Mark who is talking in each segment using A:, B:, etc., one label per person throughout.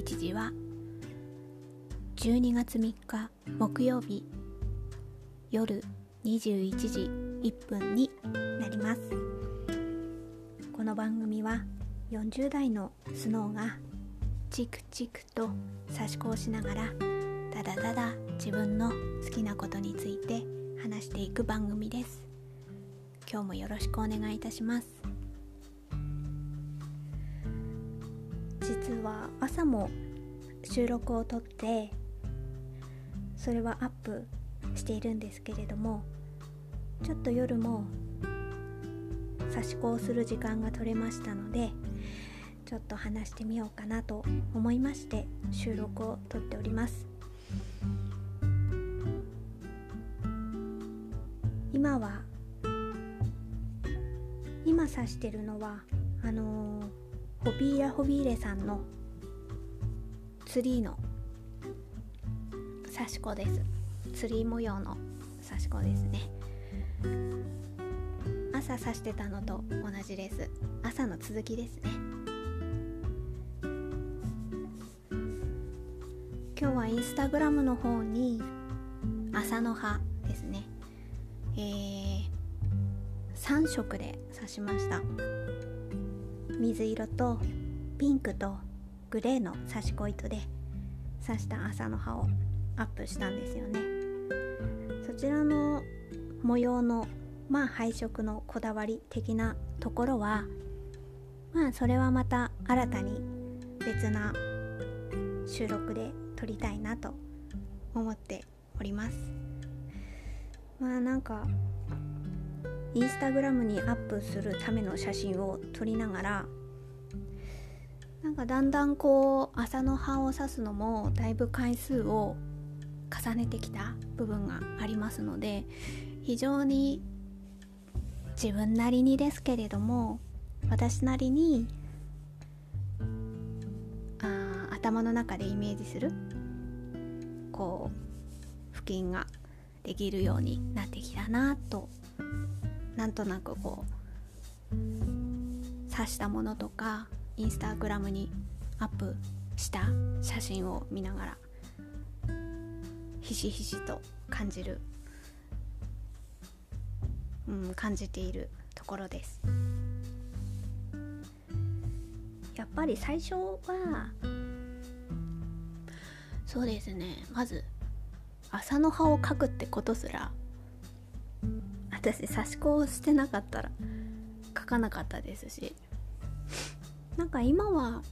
A: 日時は12月3日木曜日夜21時1分になります。この番組は40代のスノーがチクチクと差し子をしながらただただ自分の好きなことについて話していく番組です。今日もよろしくお願いいたします。実は朝も収録を撮ってそれはアップしているんですけれども、ちょっと夜も差し子をする時間が取れましたので、ちょっと話してみようかなと思いまして収録を撮っております。今刺してるのはホビーラホビーレさんのツリーの刺し子です。ツリー模様の刺し子ですね。朝刺してたのと同じです。朝の続きですね。今日はインスタグラムの方に朝の葉ですね、3色で刺しました。水色とピンクとグレーの刺し子糸で刺した朝の葉をアップしたんですよね。そちらの模様の配色のこだわり的なところはそれはまた新たに別な収録で撮りたいなと思っております。インスタグラムにアップするための写真を撮りながらだんだん朝の葉を刺すのもだいぶ回数を重ねてきた部分がありますので、非常に自分なりにですけれども私なりに頭の中でイメージする布巾ができるようになってきたなと、なんとなく刺したものとかインスタグラムにアップした写真を見ながらひしひしと感じているところです。やっぱり最初はそうですね、まず朝の葉を描くってことすら私刺し子をしてなかったら描かなかったですし、今は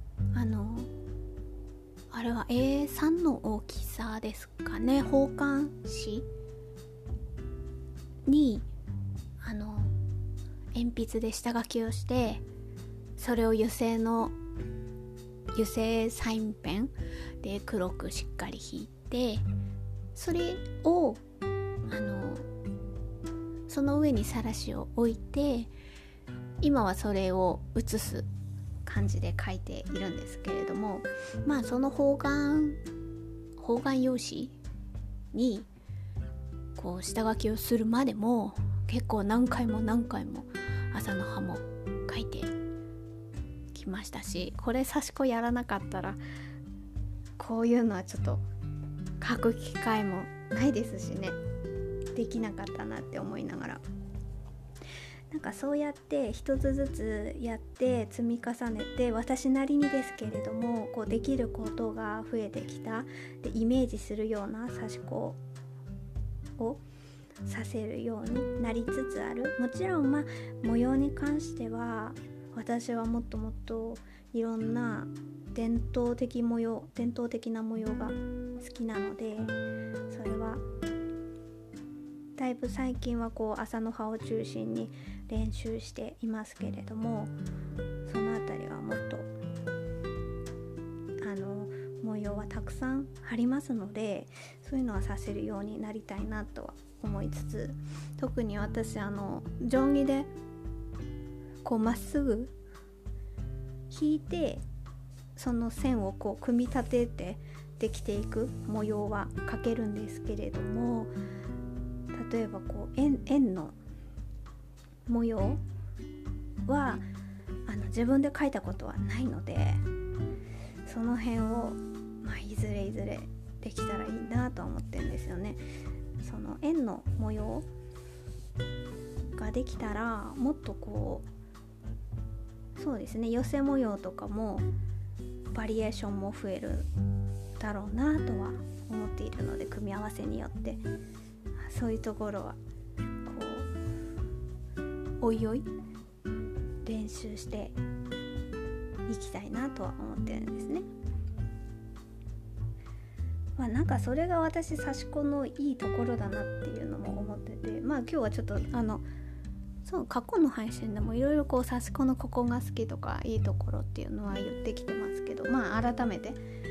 A: あれは A3 の大きさですかね、方間紙に鉛筆で下書きをして、それを油性サインペンで黒くしっかり引いて、それをその上にさらしを置いて、今はそれを写す感じで書いているんですけれども、その方眼用紙に下書きをするまでも結構何回も朝の葉も書いてきましたし、これ刺し子やらなかったらこういうのはちょっと書く機会もないですしね、できなかったなって思いながら、そうやって一つずつやって積み重ねて、私なりにですけれどもできることが増えてきた。でイメージするような刺し子をさせるようになりつつある。もちろん模様に関しては私はもっともっといろんな伝統的な模様が好きなので、それはだいぶ最近は朝の葉を中心に練習していますけれども、そのあたりはもっと模様はたくさんありますので、そういうのはさせるようになりたいなとは思いつつ、特に私定規でまっすぐ引いてその線を組み立ててできていく模様は描けるんですけれども、例えば円の模様は自分で描いたことはないので、 その辺を、いずれできたらいいなとは思ってるんですよね。その円の模様ができたらもっとこう、そうですね、寄せ模様とかもバリエーションも増えるだろうなとは思っているので、組み合わせによってそういうところはこうおいおい練習していきたいなとは思ってるんですね。なんかそれが私刺し子のいいところだなっていうのも思ってて、今日はちょっとそう過去の配信でもいろいろこう刺し子のここが好きとかいいところっていうのは言ってきてますけど、改めて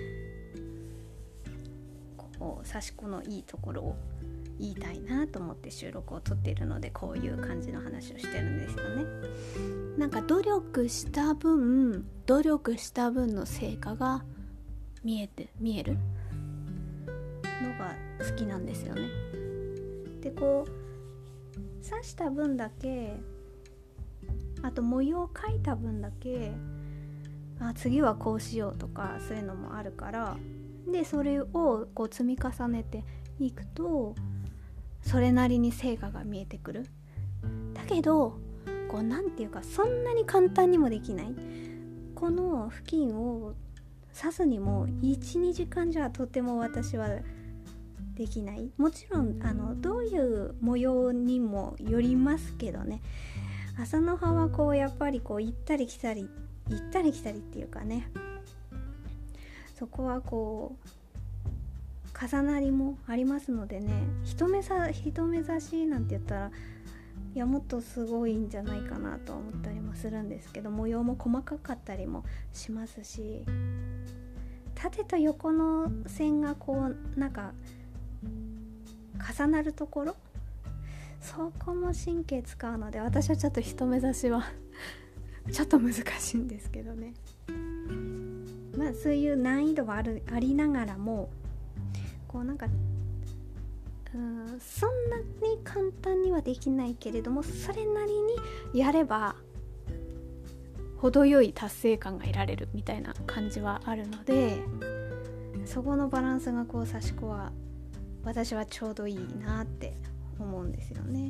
A: こう刺し子のいいところを言いたいなと思って収録を撮っているので、こういう感じの話をしてるんですよね。なんか努力した分の成果が見えるのが好きなんですよね。でこう刺した分だけ、あと模様を描いた分だけ、次はこうしようとかそういうのもあるから、でそれをこう積み重ねていくとそれなりに成果が見えてくる。だけどこうなんていうか、そんなに簡単にもできない。この付近を刺すにも 1,2 時間じゃとても私はできない。もちろんどういう模様にもよりますけどね。麻の葉はこうやっぱりこう行ったり来たりっていうかね、そこはこう重なりもありますのでね、一目差しなんて言ったらもっとすごいんじゃないかなと思ったりもするんですけど、模様も細かかったりもしますし、縦と横の線がこうなんか重なるところ、そこも神経使うので、私はちょっと一目差しはちょっと難しいんですけどね。そういう難易度はありながらも、こうなんかそんなに簡単にはできないけれども、それなりにやれば程よい達成感が得られるみたいな感じはあるので、そこのバランスがこう刺し子は私はちょうどいいなって思うんですよね。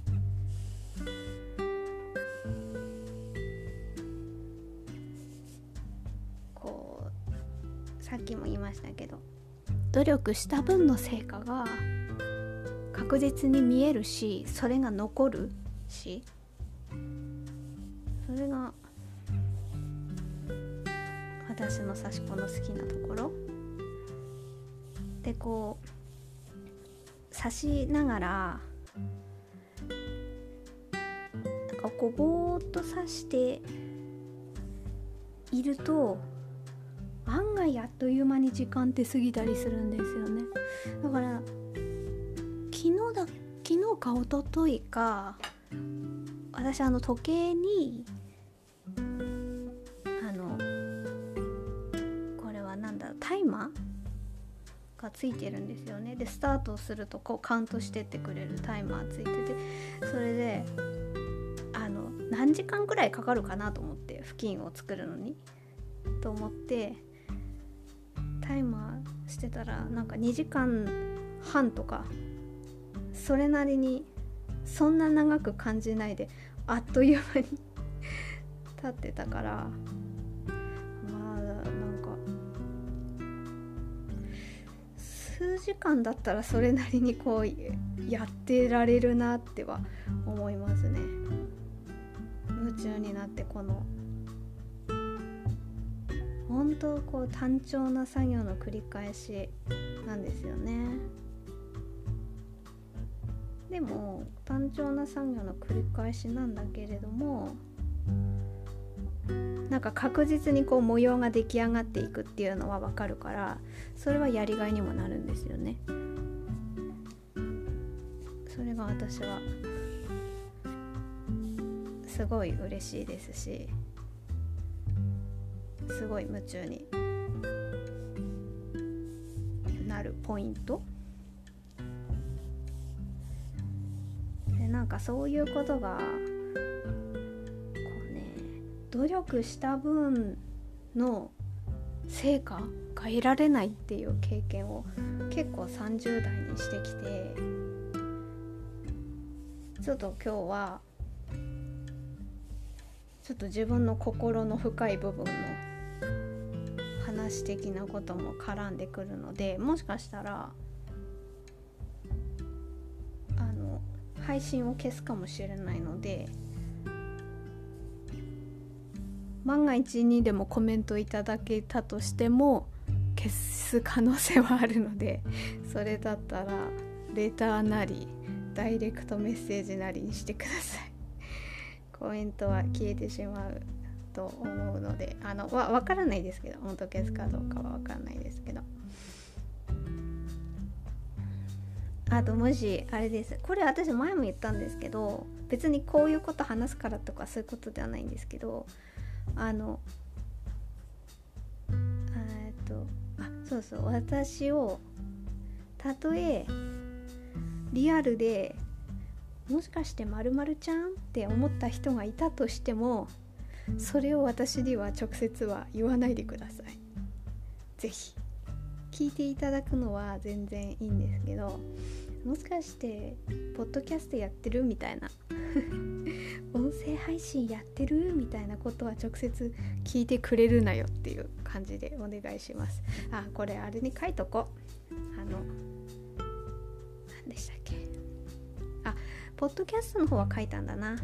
A: こうさっきも言いましたけど、努力した分の成果が確実に見えるし、それが残るし、それが私の刺し子の好きなところで、こう刺しながらなんかこうぼーっと刺していると案外あっという間に時間って過ぎたりするんですよね。だから昨日か一昨日か、私時計にこれはなんだろう、タイマーがついてるんですよね。でスタートするとこうカウントしてってくれるタイマーついてて、それで何時間くらいかかるかなと思って、付近を作るのにと思ってタイマーしてたら、なんか2時間半とか、それなりにそんな長く感じないであっという間に経ってたから、なんか数時間だったらそれなりにこうやってられるなっては思いますね。夢中になって、この本当こう単調な作業の繰り返しなんですよね。でも単調な作業の繰り返しなんだけれども、なんか確実にこう模様が出来上がっていくっていうのは分かるから、それはやりがいにもなるんですよね。それが私はすごい嬉しいですし、すごい夢中になるポイントで、なんかそういうことがこうね、努力した分の成果が得られないっていう経験を結構30代にしてきて、ちょっと今日はちょっと自分の心の深い部分の話的なことも絡んでくるので、もしかしたら配信を消すかもしれないので、万が一にでもコメントいただけたとしても消す可能性はあるので、それだったらレターなりダイレクトメッセージなりにしてください。コメントは消えてしまうと思うので、わからないですけど、本当消すかどうかはわからないですけど、あともしあれです、これ私前も言ったんですけど、別にこういうこと話すからとかそういうことではないんですけど、そうそう、私をたとえリアルでもしかして〇〇ちゃんって思った人がいたとしても、それを私には直接は言わないでください。ぜひ聞いていただくのは全然いいんですけど、もしかしてポッドキャストやってるみたいな音声配信やってるみたいなことは直接聞いてくれるなよっていう感じでお願いします。これあれに書いとこう。何でしたっけ、ポッドキャストの方は書いたんだな。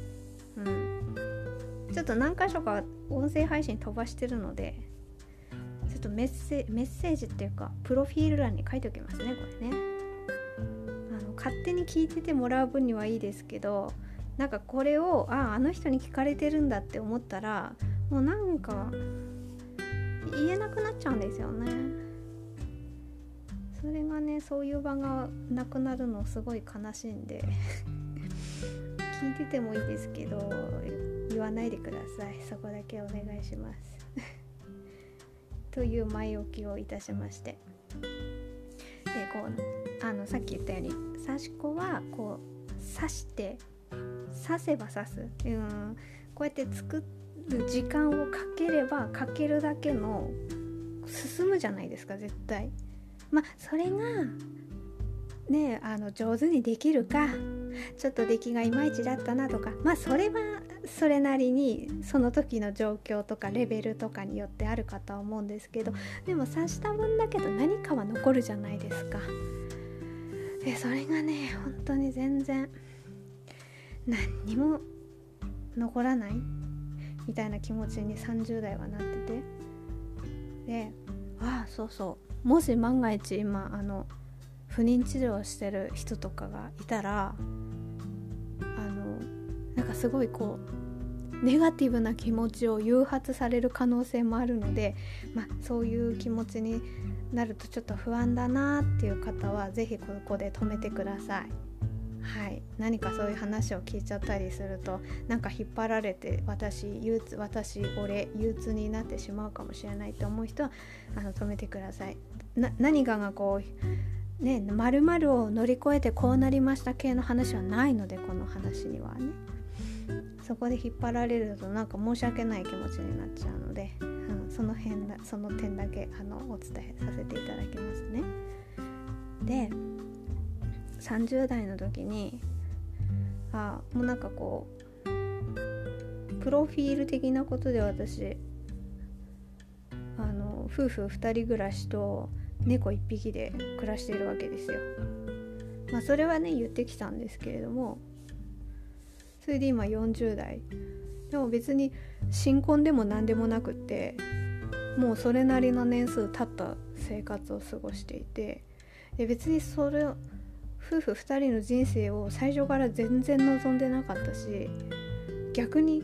A: ちょっと何箇所か音声配信飛ばしてるので、ちょっとメッセージっていうかプロフィール欄に書いておきますね、これね。勝手に聞いててもらう分にはいいですけど、なんかこれをあの人に聞かれてるんだって思ったら、もうなんか言えなくなっちゃうんですよね。それがね、そういう場がなくなるのすごい悲しいんで聞いててもいいですけど言わないでください。そこだけお願いしますという前置きをいたしまして、でこうさっき言ったように刺し子はこう刺して刺せば刺す、こうやって作る時間をかければかけるだけの進むじゃないですか、絶対。それがね、上手にできるか、ちょっと出来がいまいちだったなとか、それはそれなりにその時の状況とかレベルとかによってあるかとは思うんですけど、でも刺した分だけど何かは残るじゃないですか。それがね、本当に全然何にも残らないみたいな気持ちに30代はなってて、でそうそう、もし万が一今不妊治療をしてる人とかがいたら、なんかすごいこうネガティブな気持ちを誘発される可能性もあるので、そういう気持ちになるとちょっと不安だなっていう方はぜひここで止めてください。何かそういう話を聞いちゃったりすると、なんか引っ張られて俺憂鬱になってしまうかもしれないと思う人は止めてください。何かがこうね、〇〇を乗り越えてこうなりました系の話はないので、この話にはね、そこで引っ張られるとなんか申し訳ない気持ちになっちゃうので、その点だけお伝えさせていただきますね。で30代の時にもうなんかこうプロフィール的なことで私夫婦2人暮らしと猫1匹で暮らしているわけですよ。それはね言ってきたんですけれども、それで今40代でも別に新婚でも何でもなくって、もうそれなりの年数経った生活を過ごしていて、で別にそれ夫婦2人の人生を最初から全然望んでなかったし、逆に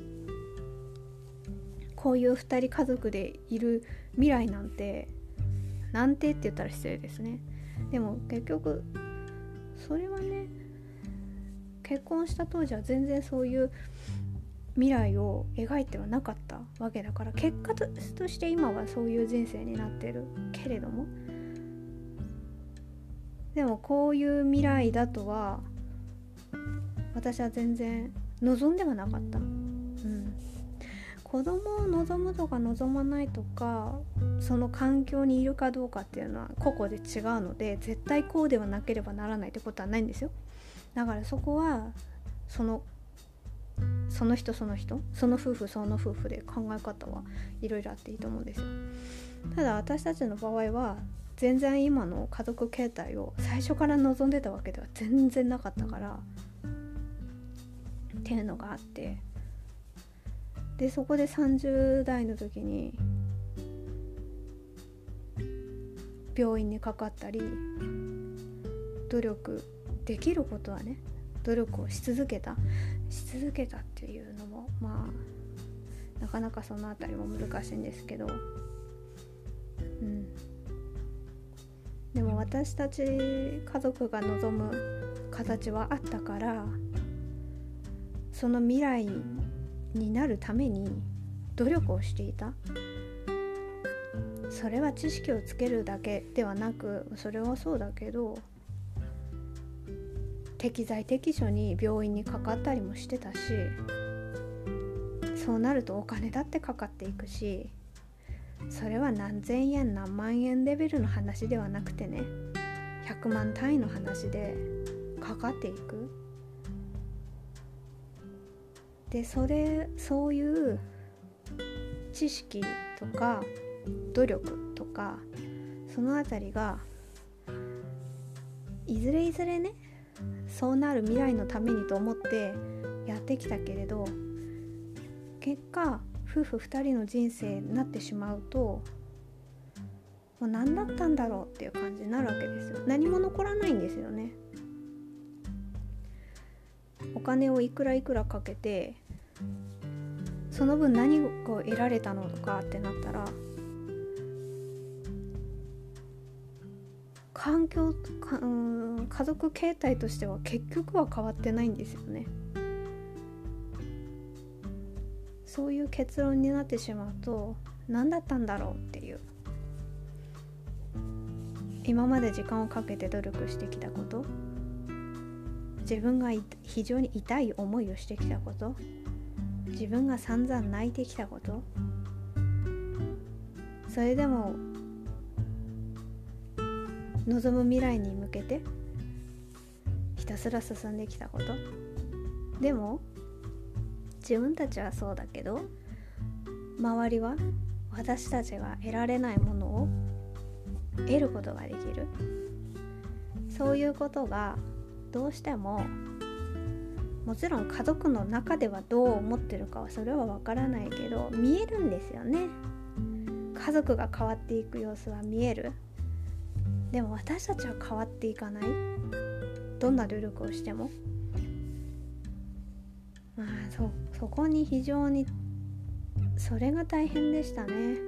A: こういう2人家族でいる未来なんてって言ったら失礼ですね。でも結局それはね、結婚した当時は全然そういう未来を描いてはなかったわけだから、結果として今はそういう人生になってるけれども、でもこういう未来だとは私は全然望んではなかった。 子供を望むとか望まないとか、その環境にいるかどうかっていうのは個々で違うので、絶対こうではなければならないってことはないんですよ。だからそこはその人その夫婦で考え方はいろいろあっていいと思うんですよ。ただ私たちの場合は全然今の家族形態を最初から望んでたわけでは全然なかったからっていうのがあって、でそこで30代の時に病院にかかったり、努力できることはね、努力をし続けたっていうのもまあなかなかそのあたりも難しいんですけど、でも私たち家族が望む形はあったから、その未来になるために努力をしていた。それは知識をつけるだけではなく、それはそうだけど適材適所に病院にかかったりもしてたし、そうなるとお金だってかかっていくし、それは何千円何万円レベルの話ではなくてね、100万単位の話でかかっていく。でそういう知識とか努力とか、そのあたりがいずれね、そうなる未来のためにと思ってやってきたけれど、結果夫婦2人の人生になってしまうと、もう何だったんだろうっていう感じになるわけですよ。何も残らないんですよね。お金をいくらかけて、その分何を得られたのとかってなったら、家族形態としては結局は変わってないんですよね。そういう結論になってしまうと、何だったんだろうっていう、今まで時間をかけて努力してきたこと、自分が非常に痛い思いをしてきたこと、自分が散々泣いてきたこと、それでも望む未来に向けてひたすら進んできたこと、でも自分たちはそうだけど、周りは私たちが得られないものを得ることができる。そういうことがどうしても、もちろん家族の中ではどう思ってるかはそれはわからないけど、見えるんですよね。家族が変わっていく様子は見える。でも私たちは変わっていかない。どんな努力をしても、そこに非常にそれが大変でしたね。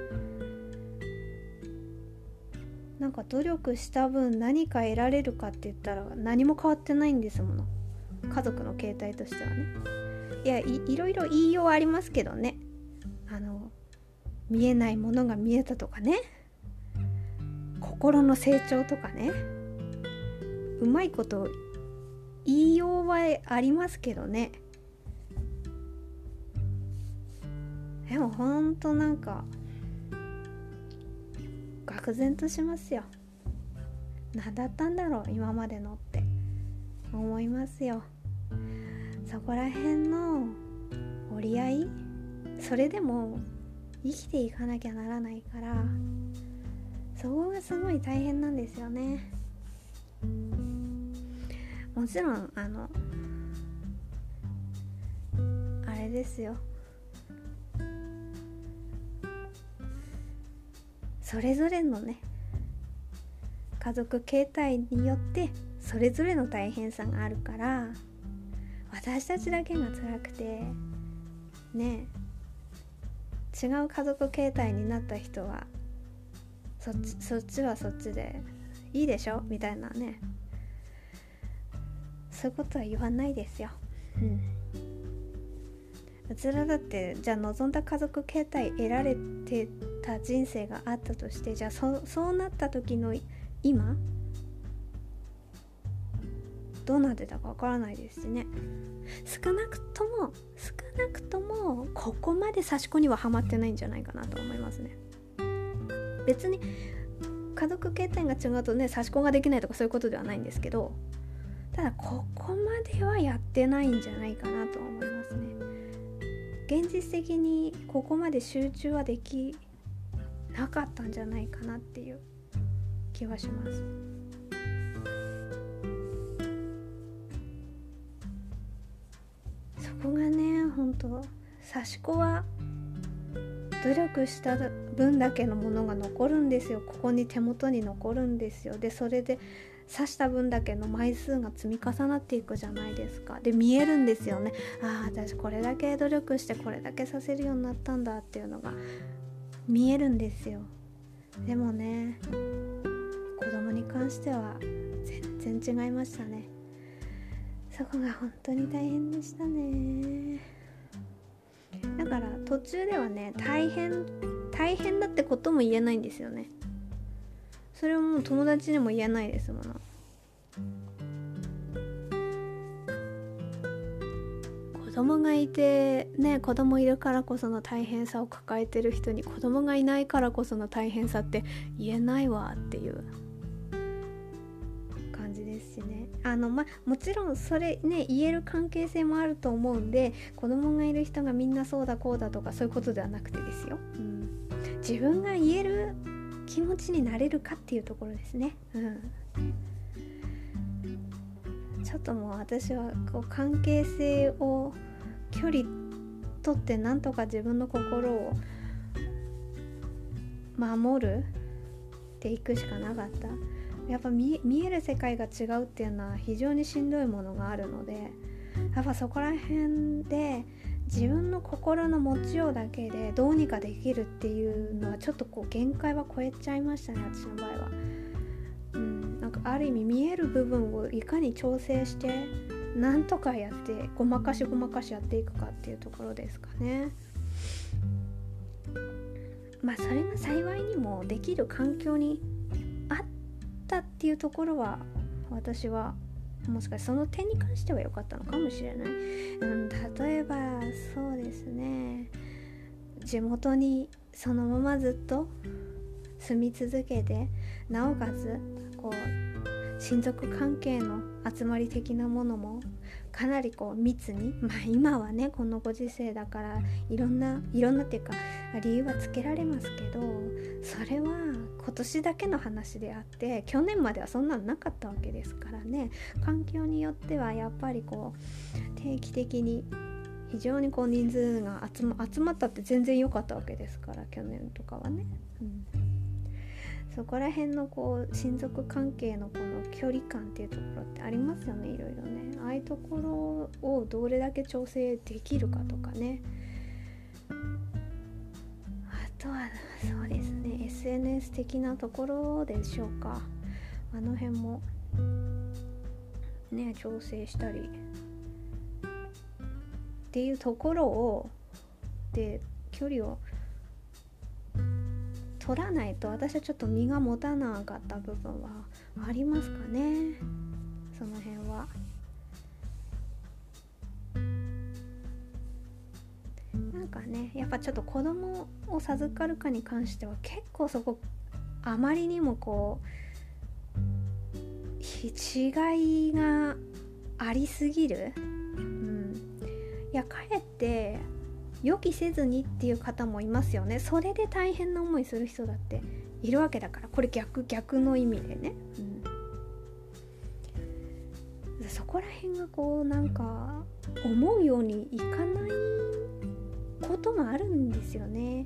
A: なんか努力した分何か得られるかって言ったら何も変わってないんですもの、家族の形態としてはね。いろいろ言いようありますけどね、見えないものが見えたとかね、心の成長とかね、うまいこと言いようはありますけどね。でもほんとなんか愕然としますよ。何だったんだろう今までのって思いますよ。そこら辺の折り合い、それでも生きていかなきゃならないから、そこがすごい大変なんですよね。もちろんあれですよ、それぞれのね家族形態によってそれぞれの大変さがあるから、私たちだけが辛くてね、違う家族形態になった人はそっちはそっちでいいでしょみたいなね、そういうことは言わないですよ。うちらだってじゃあ望んだ家族形態得られてた人生があったとして、じゃあそうなった時の今どうなってたかわからないですしね。少なくとなくともここまで刺し子にはハマってないんじゃないかなと思いますね。別に家族形態が違うとね刺し子ができないとかそういうことではないんですけど、ただここまではやってないんじゃないかなと思いますね。現実的にここまで集中はできなかったんじゃないかなっていう気はします。そこがね、本当刺し子は努力した分だけのものが残るんですよ。ここに手元に残るんですよ。でそれで刺した分だけの枚数が積み重なっていくじゃないですか。で見えるんですよね。ああ、私これだけ努力してこれだけ刺せるようになったんだっていうのが見えるんですよ。でもね、子供に関しては全然違いましたね。そこが本当に大変でしたね。だから途中ではね、大変だってことも言えないんですよね。それをもう友達にも言えないですもの。子供がいてね、子供いるからこその大変さを抱えてる人に子供がいないからこその大変さって言えないわっていう感じですしね。もちろんそれね言える関係性もあると思うんで、子供がいる人がみんなそうだこうだとかそういうことではなくてですよ、自分が言える気持ちになれるかっていうところですね。ちょっともう私はこう関係性を距離取ってなんとか自分の心を守るっていくしかなかった。やっぱ見える世界が違うっていうのは非常にしんどいものがあるので、やっぱそこら辺で自分の心の持ちようだけでどうにかできるっていうのはちょっとこう限界は超えちゃいましたね、私の場合は。なんかある意味見える部分をいかに調整してなんとかやってごまかしやっていくかっていうところですかね。それが幸いにもできる環境にあったっていうところは、私はもしかしてその点に関しては良かったのかもしれない。例えばそうですね、地元にそのままずっと住み続けて、なおかつこう親族関係の集まり的なものもかなりこう密に、今はねこのご時世だからいろんなっていうか理由はつけられますけど、それは今年だけの話であって去年まではそんなのなかったわけですからね。環境によってはやっぱりこう定期的に非常にこう人数が集まったって全然良かったわけですから、去年とかはね、そこら辺のこう親族関係のこの距離感っていうところってありますよね、いろいろね。ああいうところをどれだけ調整できるかとかね。あとはそうですね、 SNS 的なところでしょうか。あの辺もね調整したりっていうところをで距離を取らないと私はちょっと身が持たなかった部分はありますかね、その辺は。なんかね、やっぱちょっと子供を授かるかに関しては結構そこあまりにもこう違いがありすぎる。いやかえって予期せずにっていう方もいますよね。それで大変な思いする人だっているわけだから、これ逆の意味でね、そこら辺がこうなんか思うようにいかないこともあるんですよね。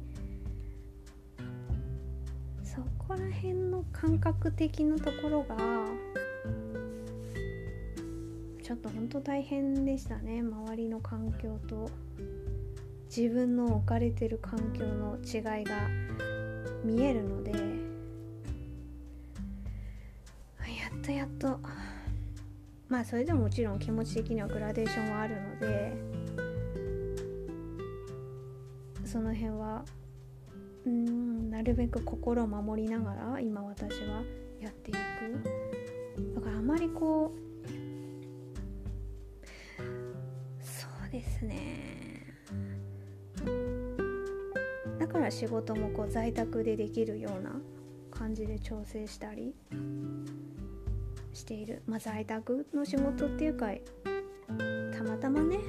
A: そこら辺の感覚的なところがちょっと本当大変でしたね。周りの環境と自分の置かれてる環境の違いが見えるので、やっとそれでももちろん気持ち的にはグラデーションはあるので、その辺はなるべく心を守りながら今私はやっていく。だからあまりこうそうですね、 から仕事もこう在宅でできるような感じで調整したりしている。在宅の仕事っていうか、たまたまね、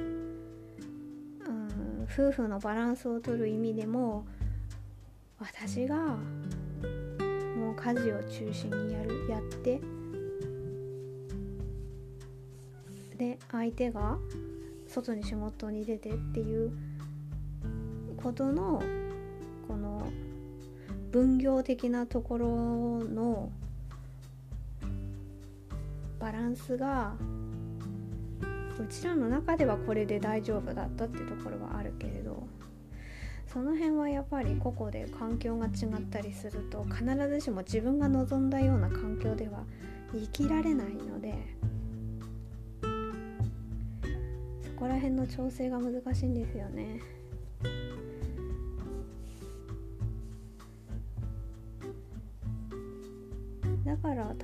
A: 夫婦のバランスを取る意味でも、私がもう家事を中心にやってで相手が外に仕事に出てっていうことのこの分業的なところのバランスがうちらの中ではこれで大丈夫だったっていうところはあるけれど、その辺はやっぱり個々で環境が違ったりすると、必ずしも自分が望んだような環境では生きられないので、そこら辺の調整が難しいんですよね。だから多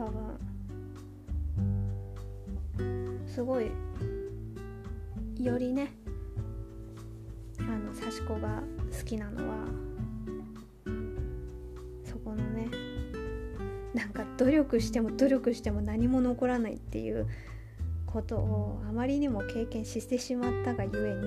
A: 分すごいよりね、刺し子が好きなのはそこのね、なんか努力しても何も残らないっていうことをあまりにも経験してしまったがゆえ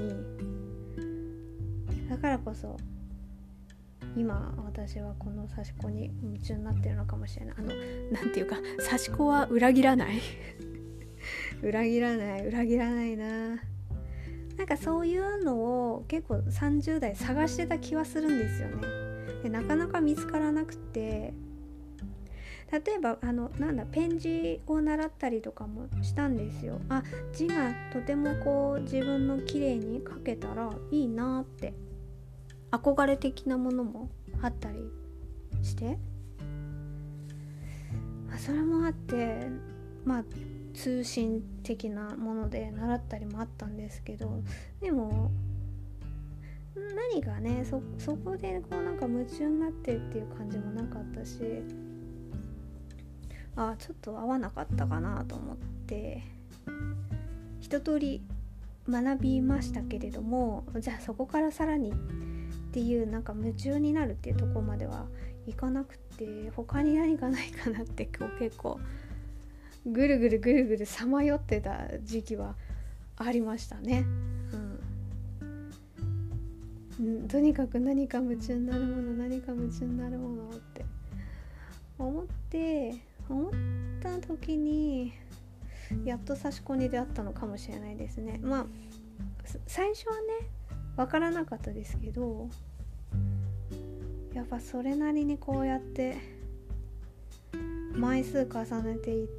A: に、だからこそ今私はこの刺し子に夢中になってるのかもしれない。なんていうか、刺し子は裏切らない裏切らないな。なんかそういうのを結構30代探してた気はするんですよね。でなかなか見つからなくて、例えばペン字を習ったりとかもしたんですよ。字がとてもこう自分の綺麗に書けたらいいなって憧れ的なものもあったりして、それもあって通信的なもので習ったりもあったんですけど、でも何かね、そこでこうなんか夢中になってっていう感じもなかったし、ちょっと合わなかったかなと思って一通り学びましたけれども、じゃあそこからさらにっていうなんか夢中になるっていうところまではいかなくて、他に何かないかなって結構ぐるぐるさまよってた時期はありましたね。とにかく何か夢中になるものって思った時にやっと刺し子に出会ったのかもしれないですね。最初はね分からなかったですけど、やっぱそれなりにこうやって枚数重ねていって、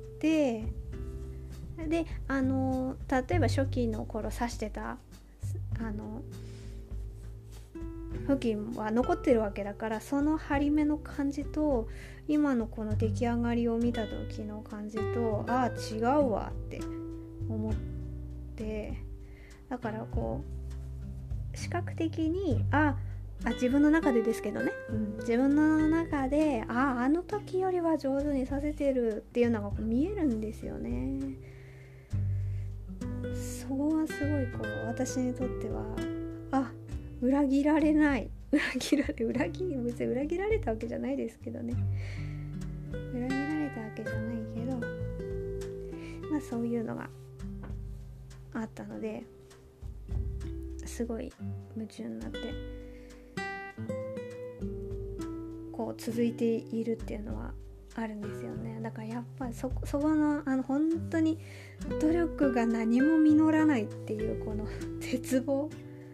A: で例えば初期の頃刺してた付近は残ってるわけだから、その張り目の感じと今のこの出来上がりを見た時の感じと違うわって思って、だからこう視覚的に自分の中でですけどね、自分の中であの時よりは上手にさせてるっていうのが見えるんですよね。そこはすごいこう私にとっては裏切られない別に裏切られたわけじゃないですけどね、裏切られたわけじゃないけど、そういうのがあったので、すごい夢中になってこう続いているっていうのはあるんですよね。だからやっぱりそこの本当に努力が何も実らないっていうこの絶望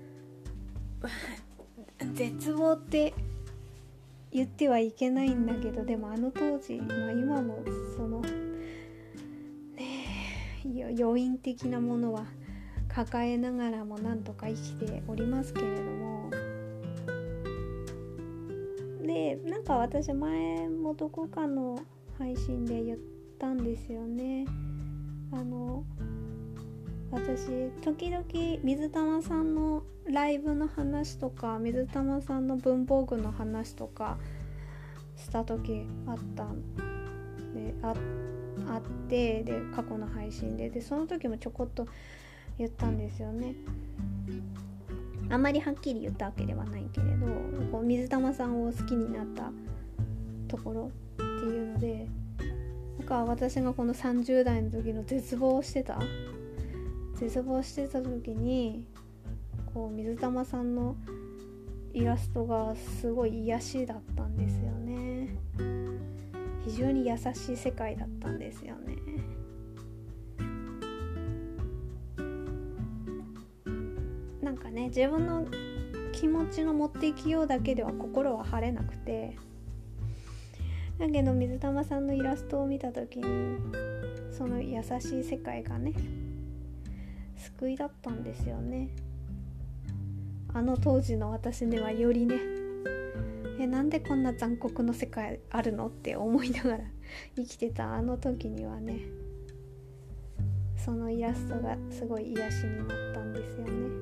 A: って言ってはいけないんだけど、でも当時、今もその要因的なものは抱えながらもなんとか生きておりますけれども、でなんか私前もどこかの配信で言ったんですよね。私時々水玉さんのライブの話とか水玉さんの文房具の話とかした時あってで過去の配信でその時もちょこっと言ったんですよね。 あんまりはっきり言ったわけではないけれど、こう水玉さんを好きになったところっていうので、なんか私がこの30代の時の絶望してた時に、こう水玉さんのイラストがすごい癒しだったんですよね。非常に優しい世界だったんですよね。なんかね、自分の気持ちの持っていきようだけでは心は晴れなくて、だけど水玉さんのイラストを見た時に、その優しい世界がね、救いだったんですよね。あの当時の私にはよりね、なんでこんな残酷の世界あるのって思いながら生きてたあの時にはね、そのイラストがすごい癒しになったんですよね。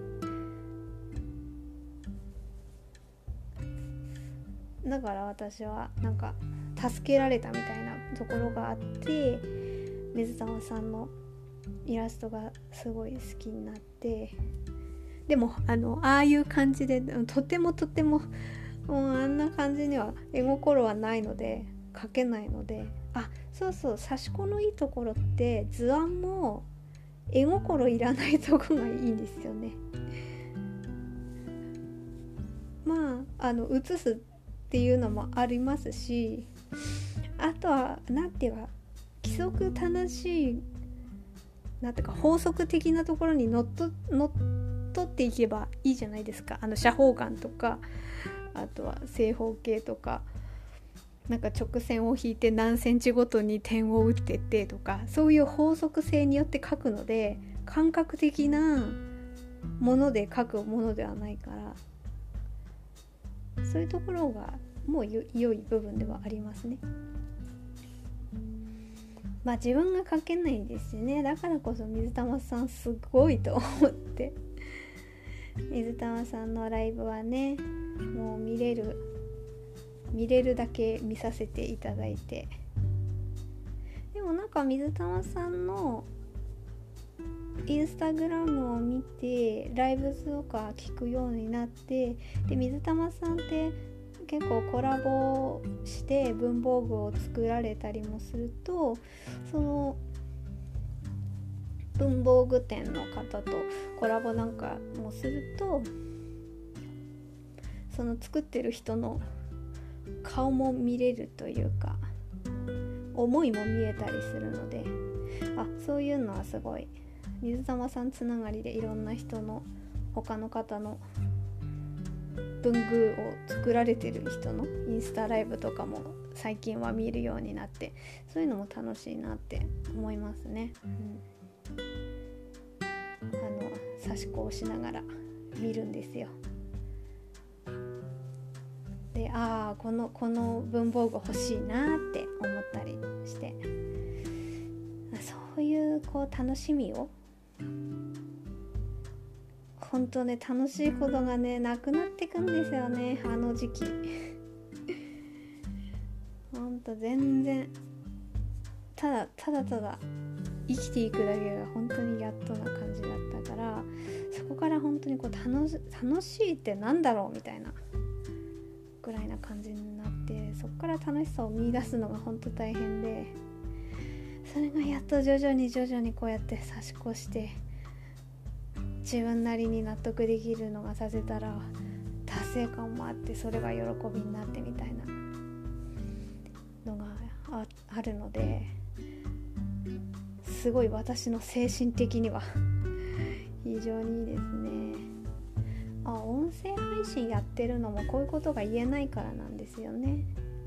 A: だから私はなんか助けられたみたいなところがあって、水玉さんのイラストがすごい好きになって、でもああいう感じでとてももうあんな感じには絵心はないので描けないので、そう刺し子のいいところって図案も絵心いらないとこがいいんですよね。写すっていうのもありますし、あとはなんていうか規則正しい、なんていうか法則的なところにのっとっていけばいいじゃないですか。斜方眼とか、あとは正方形とか、なんか直線を引いて何センチごとに点を打ってってとか、そういう法則性によって書くので、感覚的なもので書くものではないから、そういうところがもう良い部分ではありますね。自分が書けないですね。だからこそ水玉さんすごいと思って、水玉さんのライブはね、もう見れるだけ見させていただいて、でもなんか水玉さんのインスタグラムを見てライブとか聞くようになって、で水玉さんって結構コラボして文房具を作られたりもすると、その文房具店の方とコラボなんかもすると、その作ってる人の顔も見れるというか、思いも見えたりするので、そういうのはすごい水玉さんつながりでいろんな人の他の方の文具を作られてる人のインスタライブとかも最近は見るようになって、そういうのも楽しいなって思いますね。刺し子をしながら見るんですよ。で、この文房具欲しいなって思ったりして、そういう楽しみを、本当ね、楽しいことがねなくなってくんですよね、あの時期。本当全然ただ生きていくだけが本当にやっとな感じだったから、そこから本当に楽しいってなんだろうみたいなぐらいな感じになって、そこから楽しさを見出すのが本当大変で、それがやっと徐々にこうやって差し越して自分なりに納得できるのがさせたら達成感もあって、それが喜びになってみたいなのが あるので、すごい私の精神的には非常にいいですね。音声配信やってるのもこういうことが言えないからなんですよね。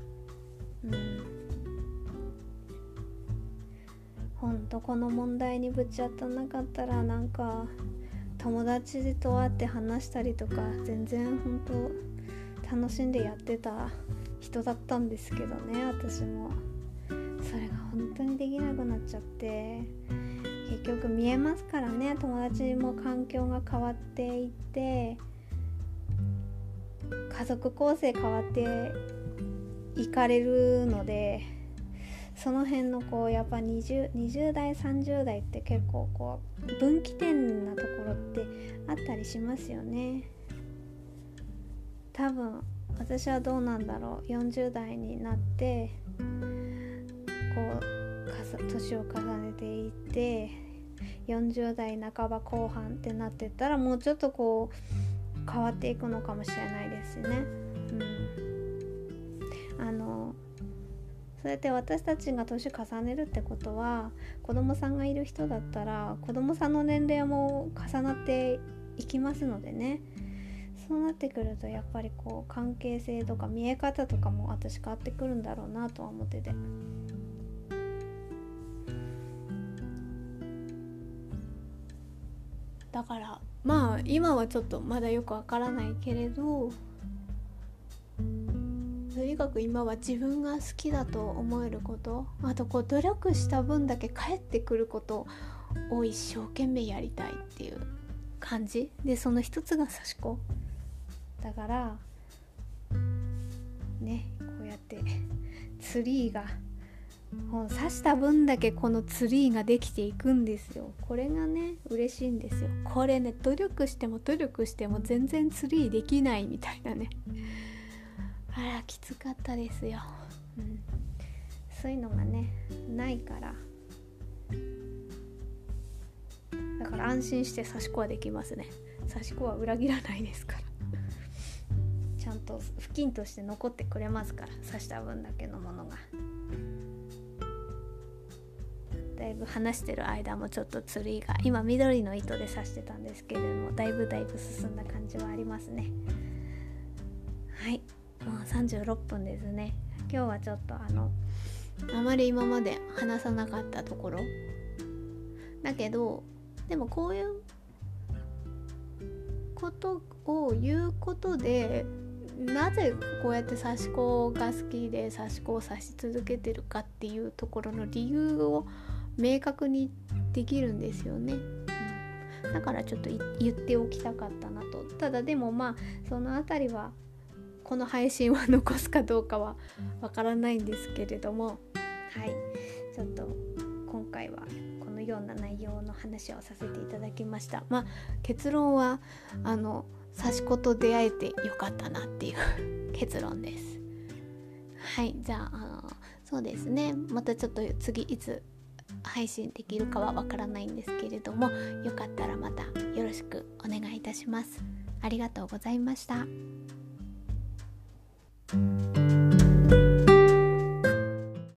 A: ほんとこの問題にぶち当たらなかったら、なんか友達と会って話したりとか全然本当楽しんでやってた人だったんですけどね、私もそれが本当にできなくなっちゃって、結局見えますからね、友達も環境が変わっていって、家族構成変わっていかれるので、その辺のやっぱ20代30代って結構分岐点なところってあったりしますよね。 多分私はどうなんだろう、40代になってこう年を重ねていって40代半ば後半ってなってったら、もうちょっとこう変わっていくのかもしれないですね。そうやって私たちが年重ねるってことは、子供さんがいる人だったら子供さんの年齢も重なっていきますのでね。そうなってくるとやっぱりこう関係性とか見え方とかも私変わってくるんだろうなとは思ってて、だからまあ今はちょっとまだよくわからないけれど、とにかく今は自分が好きだと思えること、あとこう努力した分だけ返ってくることを一生懸命やりたいっていう感じで、その一つが刺し子だからね。こうやってツリーが刺した分だけこのツリーができていくんですよ。これがね嬉しいんですよ。これね、努力しても全然ツリーできないみたいなね、あらきつかったですよ、そういうのがねないから、だから安心して刺し子はできますね。刺し子は裏切らないですからちゃんと布巾として残ってくれますから、刺した分だけのものが。だいぶ話してる間もちょっとツリーが今緑の糸で刺してたんですけれども、だいぶ進んだ感じはありますね。はい、もう36分ですね。今日はちょっとあまり今まで話さなかったところだけど、でもこういうことを言うことで、なぜこうやって刺し子が好きで刺し子を刺し続けてるかっていうところの理由を明確にできるんですよね、だからちょっと言っておきたかったなと。ただでもまあそのあたりはこの配信は残すかどうかはわからないんですけれども、はい、ちょっと今回はこのような内容の話をさせていただきました。まあ結論は刺し子と出会えてよかったなっていう結論です。はい、じゃあそうですね、またちょっと次いつ配信できるかはわからないんですけれども、よかったらまたよろしくお願いいたします。ありがとうございました。